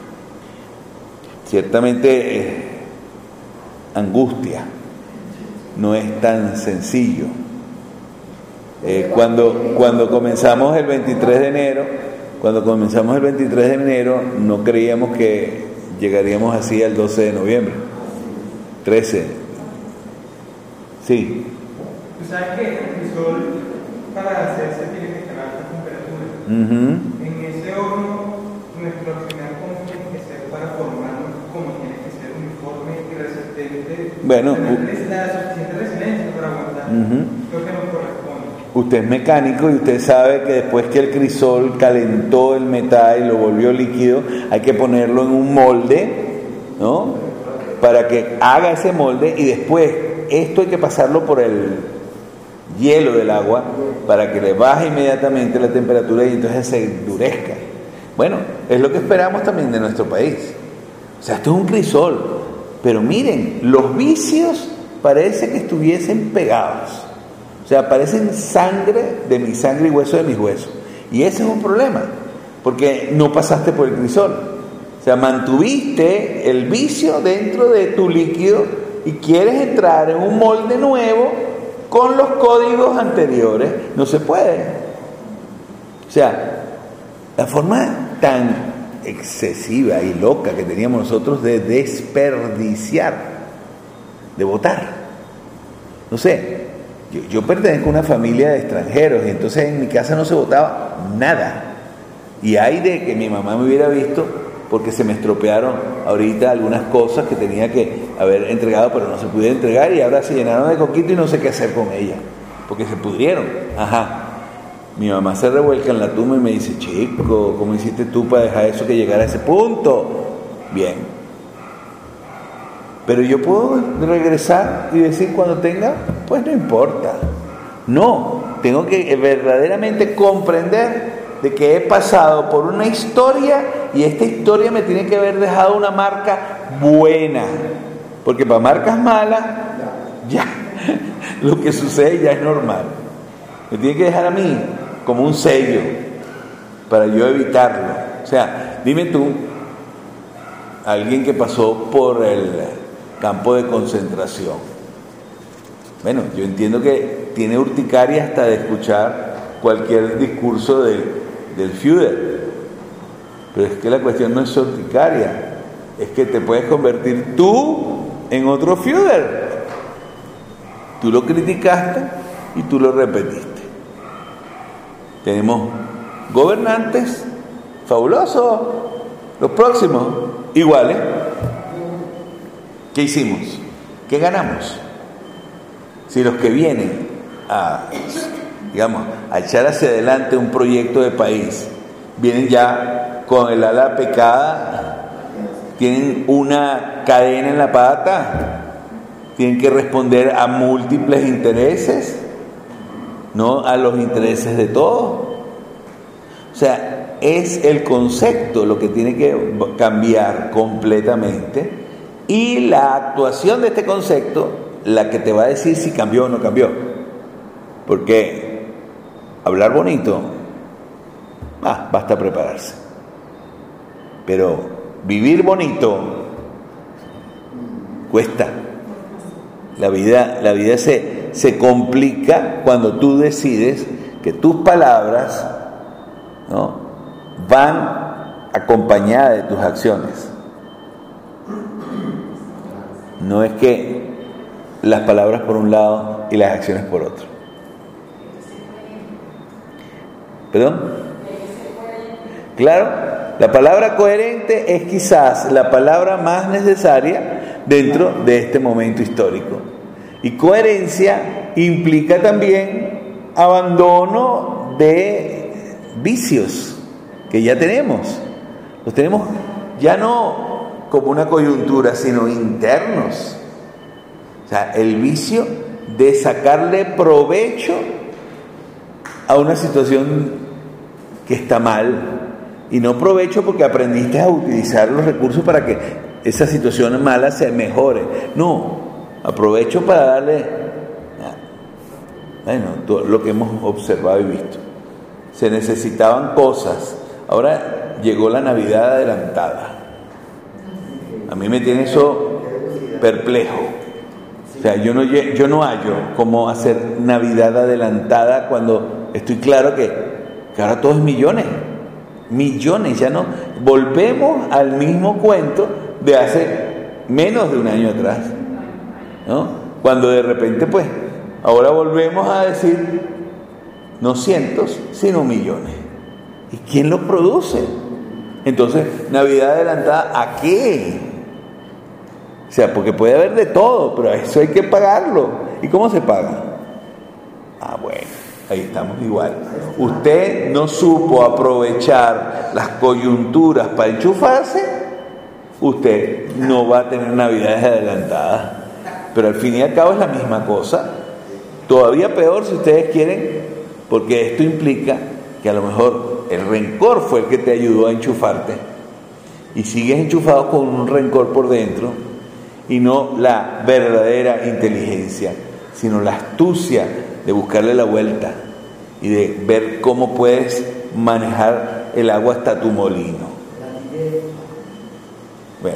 Ciertamente, eh, angustia no es tan sencillo. Eh, cuando, cuando comenzamos el veintitrés de enero, cuando comenzamos el veintitrés de enero, no creíamos que llegaríamos así al doce de noviembre. trece. Sí. Tú sabes que el crisol, para hacerse, tiene que estar a alta temperatura. Uh-huh. En ese horno, nuestro auxiliar común tiene que ser para formarnos como tiene que ser uniforme y resistente. Bueno, tener la suficiente resiliencia para aguantar. Uh-huh. Lo que nos corresponde. Usted es mecánico y usted sabe que después que el crisol calentó el metal y lo volvió líquido, hay que ponerlo en un molde, ¿no? Para que haga ese molde, y después esto hay que pasarlo por el hielo del agua para que le baje inmediatamente la temperatura y entonces se endurezca. Bueno, es lo que esperamos también de nuestro país. O sea, esto es un crisol, pero miren, los vicios parece que estuviesen pegados. O sea, parecen sangre de mi sangre y hueso de mis huesos. Y ese es un problema, porque no pasaste por el crisol. O sea, mantuviste el vicio dentro de tu líquido y quieres entrar en un molde nuevo con los códigos anteriores. No se puede. O sea, la forma tan excesiva y loca que teníamos nosotros de desperdiciar, de botar. No sé. Yo, yo pertenezco a una familia de extranjeros y entonces en mi casa no se botaba nada. Y hay de que mi mamá me hubiera visto porque se me estropearon ahorita algunas cosas que tenía que haber entregado, pero no se pudieron entregar y ahora se llenaron de coquito y no sé qué hacer con ellas porque se pudrieron. Ajá. Mi mamá se revuelca en la tumba y me dice, chico, ¿cómo hiciste tú para dejar eso que llegara a ese punto? Bien. Pero yo puedo regresar y decir cuando tenga, pues no importa. No, tengo que verdaderamente comprender de que he pasado por una historia y esta historia me tiene que haber dejado una marca buena. Porque para marcas malas, ya, lo que sucede ya es normal. Me tiene que dejar a mí como un sello para yo evitarlo. O sea, dime tú, alguien que pasó por el campo de concentración. Bueno, yo entiendo que tiene urticaria hasta de escuchar cualquier discurso del, del Führer, pero es que la cuestión no es urticaria, es que te puedes convertir tú en otro Führer. Tú lo criticaste y tú lo repetiste. Tenemos gobernantes fabulosos, los próximos iguales. ¿Qué hicimos? ¿Qué ganamos? Si los que vienen a, digamos, a echar hacia adelante un proyecto de país, vienen ya con el ala pecada, tienen una cadena en la pata, tienen que responder a múltiples intereses, no a los intereses de todos. O sea, es el concepto lo que tiene que cambiar completamente, y la actuación de este concepto la que te va a decir si cambió o no cambió. Porque hablar bonito, ah, basta prepararse. Pero vivir bonito cuesta. La vida, la vida se, se complica cuando tú decides que tus palabras, ¿no?, van acompañadas de tus acciones. No es que las palabras por un lado y las acciones por otro. ¿Perdón? Claro, la palabra coherente es quizás la palabra más necesaria dentro de este momento histórico. Y coherencia implica también abandono de vicios que ya tenemos. Los tenemos ya no como una coyuntura, sino internos. O sea, el vicio de sacarle provecho a una situación que está mal, y no provecho porque aprendiste a utilizar los recursos para que esa situación mala se mejore. No, aprovecho para darle, bueno, todo lo que hemos observado y visto. Se necesitaban cosas. Ahora llegó la Navidad adelantada. A mí me tiene eso perplejo. O sea, yo no, yo no hallo cómo hacer Navidad adelantada cuando estoy claro que, que ahora todo es millones. Millones, ya no. Volvemos al mismo cuento de hace menos de un año atrás, ¿no? Cuando de repente, pues, ahora volvemos a decir no cientos, sino millones. ¿Y quién los produce? Entonces, Navidad adelantada, ¿a qué? O sea, porque puede haber de todo, pero eso hay que pagarlo. ¿Y cómo se paga? Ah, bueno, ahí estamos igual. Usted no supo aprovechar las coyunturas para enchufarse, usted no va a tener Navidades adelantadas. Pero al fin y al cabo es la misma cosa. Todavía peor si ustedes quieren, porque esto implica que a lo mejor el rencor fue el que te ayudó a enchufarte, y sigues enchufado con un rencor por dentro, y no la verdadera inteligencia, sino la astucia de buscarle la vuelta y de ver cómo puedes manejar el agua hasta tu molino. Bueno.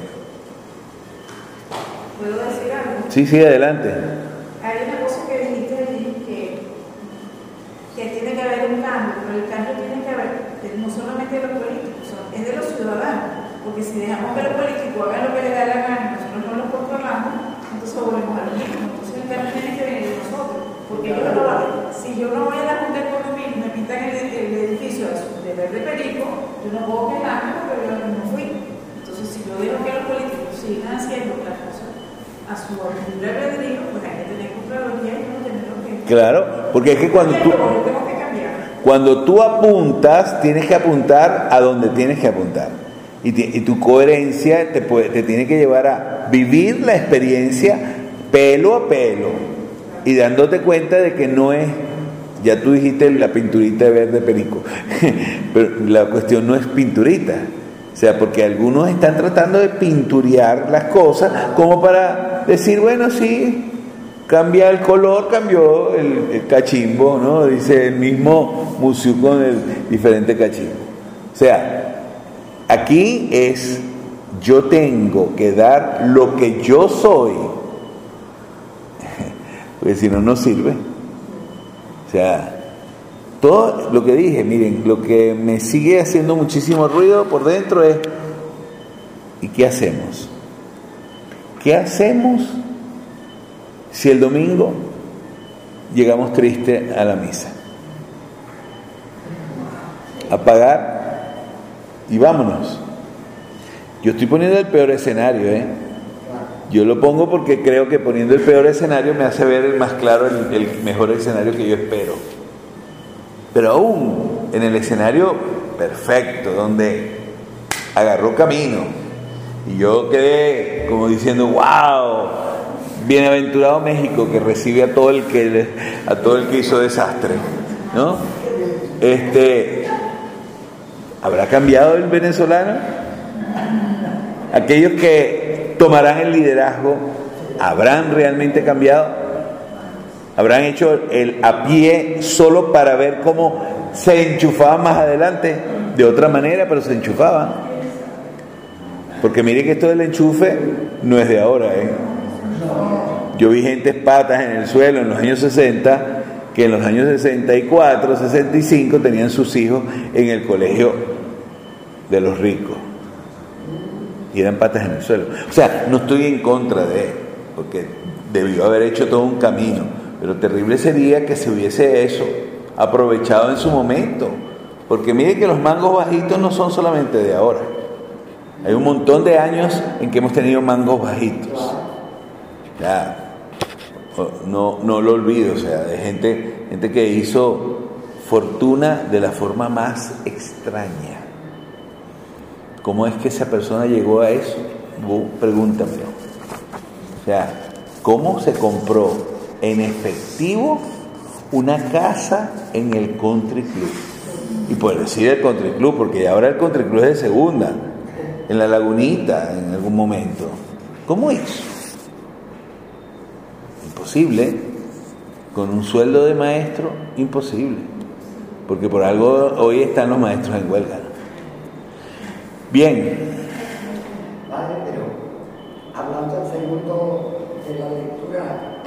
¿Puedo decir algo? Sí, sí, adelante. Hay una cosa que dijiste allí que, que tiene que haber un cambio, pero el cambio tiene que haber no solamente de los políticos, es de los ciudadanos. Porque si dejamos que los políticos hagan lo que les da la gana, nosotros no los controlamos, entonces volvemos a lo mismo. Entonces el cambio tiene que venir de nosotros. Porque yo no, si yo no voy a la Junta de Economía y me pintan el, el edificio de verde perico, yo no puedo quejarme porque yo no fui. Entonces, si yo dejo que los políticos sigan haciendo las cosas a su libre albedrío, pues hay que tener contraloría y no tener lo que. Claro, porque es que cuando tú. Yo tengo que cambiar. Cuando tú apuntas, tienes que apuntar a donde tienes que apuntar. Y, te, y tu coherencia te, puede, te tiene que llevar a vivir la experiencia pelo a pelo y dándote cuenta de que no es, ya tú dijiste la pinturita de verde perico, pero la cuestión no es pinturita. O sea, porque algunos están tratando de pinturear las cosas como para decir, bueno, sí, cambia el color, cambió el, el cachimbo, ¿no? Dice el mismo museo con el diferente cachimbo. O sea, aquí es, yo tengo que dar lo que yo soy, porque si no, no sirve. O sea, todo lo que dije, miren, lo que me sigue haciendo muchísimo ruido por dentro es, ¿y qué hacemos? ¿Qué hacemos si el domingo llegamos tristes a la misa? A pagar y vámonos. Yo estoy poniendo el peor escenario, ¿eh? Yo lo pongo porque creo que poniendo el peor escenario me hace ver el más claro, el, el mejor escenario que yo espero. Pero aún en el escenario perfecto, donde agarró camino y yo quedé como diciendo, wow, Bienaventurado México, que recibe a todo el que a todo el que hizo desastre, ¿no? Este, ¿habrá cambiado el venezolano? Aquellos que tomarán el liderazgo, ¿habrán realmente cambiado? ¿Habrán hecho el a pie solo para ver cómo se enchufaban más adelante? De otra manera, pero se enchufaban. Porque mire que esto del enchufe no es de ahora, ¿eh? Yo vi gente patas en el suelo en los años sesenta, que en los años sesenta y cuatro, sesenta y cinco tenían sus hijos en el colegio de los ricos. Y eran patas en el suelo. O sea, no estoy en contra de él, porque debió haber hecho todo un camino. Pero terrible sería que se hubiese eso aprovechado en su momento. Porque mire que los mangos bajitos no son solamente de ahora. Hay un montón de años en que hemos tenido mangos bajitos. Ya, no, no lo olvido, o sea, de gente, gente que hizo fortuna de la forma más extraña. ¿Cómo es que esa persona llegó a eso? Pregúntamelo. O sea, ¿cómo se compró en efectivo una casa en el Country Club? Y por decir el Country Club, porque ahora el Country Club es de segunda, en la Lagunita en algún momento. ¿Cómo hizo? Imposible. Con un sueldo de maestro, imposible, porque por algo hoy están los maestros en huelga. Bien. Vale, pero hablando al segundo de la lectura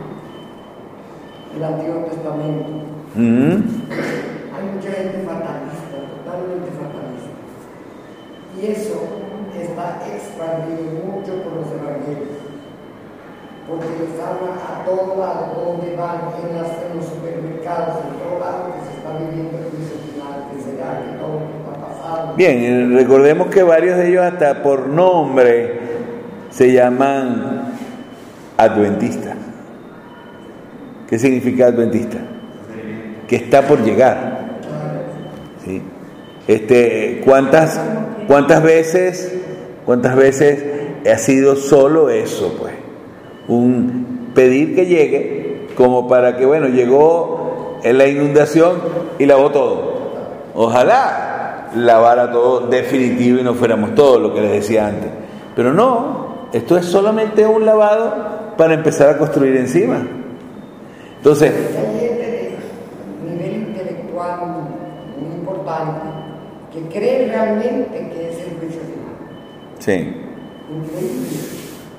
del Antiguo Testamento, Mm-hmm. hay mucha gente fatalista, totalmente fatalista, y eso está expandido mucho por los evangelios, porque les habla a todo lado, donde van, en, las, en los supermercados, en todo lado, que se está viviendo el juicio final, que será que todo lo que está pasando. Bien, recordemos que varios de ellos hasta por nombre se llaman adventistas. ¿Qué significa adventista? Que está por llegar. ¿Sí? Este, ¿cuántas, cuántas veces, cuántas veces ha sido solo eso, pues? Un pedir que llegue, como para que, bueno, llegó en la inundación y lavó todo. Ojalá lavara todo definitivo y no fuéramos todos, lo que les decía antes. Pero no, esto es solamente un lavado para empezar a construir encima. Entonces, hay gente de nivel intelectual muy importante que cree realmente que es el juicio final. sí. Increíble.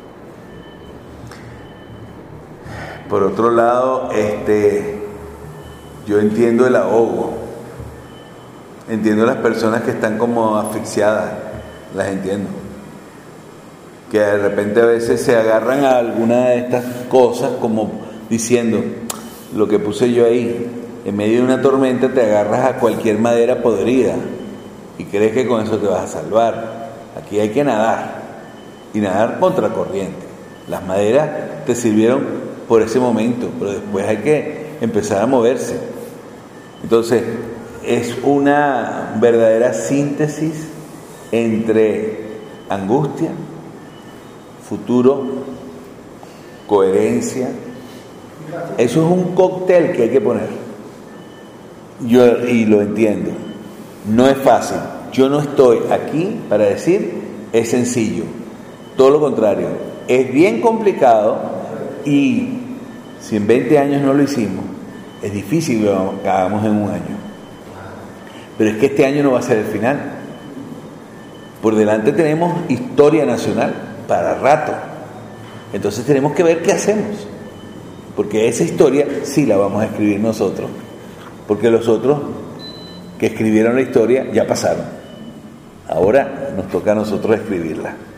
Por otro lado, este, yo entiendo el ahogo, entiendo las personas que están como asfixiadas, las entiendo, que de repente a veces se agarran a alguna de estas cosas como diciendo, lo que puse yo ahí, en medio de una tormenta te agarras a cualquier madera podrida y crees que con eso te vas a salvar. Aquí hay que nadar, y nadar contra corriente. Las maderas te sirvieron por ese momento, pero después hay que empezar a moverse. Entonces, es una verdadera síntesis entre angustia, futuro, coherencia. Eso es un cóctel que hay que poner. Yo, y lo entiendo, no es fácil. Yo no estoy aquí para decir es sencillo, todo lo contrario, es bien complicado. Y si en veinte años no lo hicimos, es difícil que lo hagamos en un año. Pero es que este año no va a ser el final. Por delante tenemos historia nacional para rato. Entonces tenemos que ver qué hacemos. Porque esa historia sí la vamos a escribir nosotros. Porque los otros que escribieron la historia ya pasaron. Ahora nos toca a nosotros escribirla.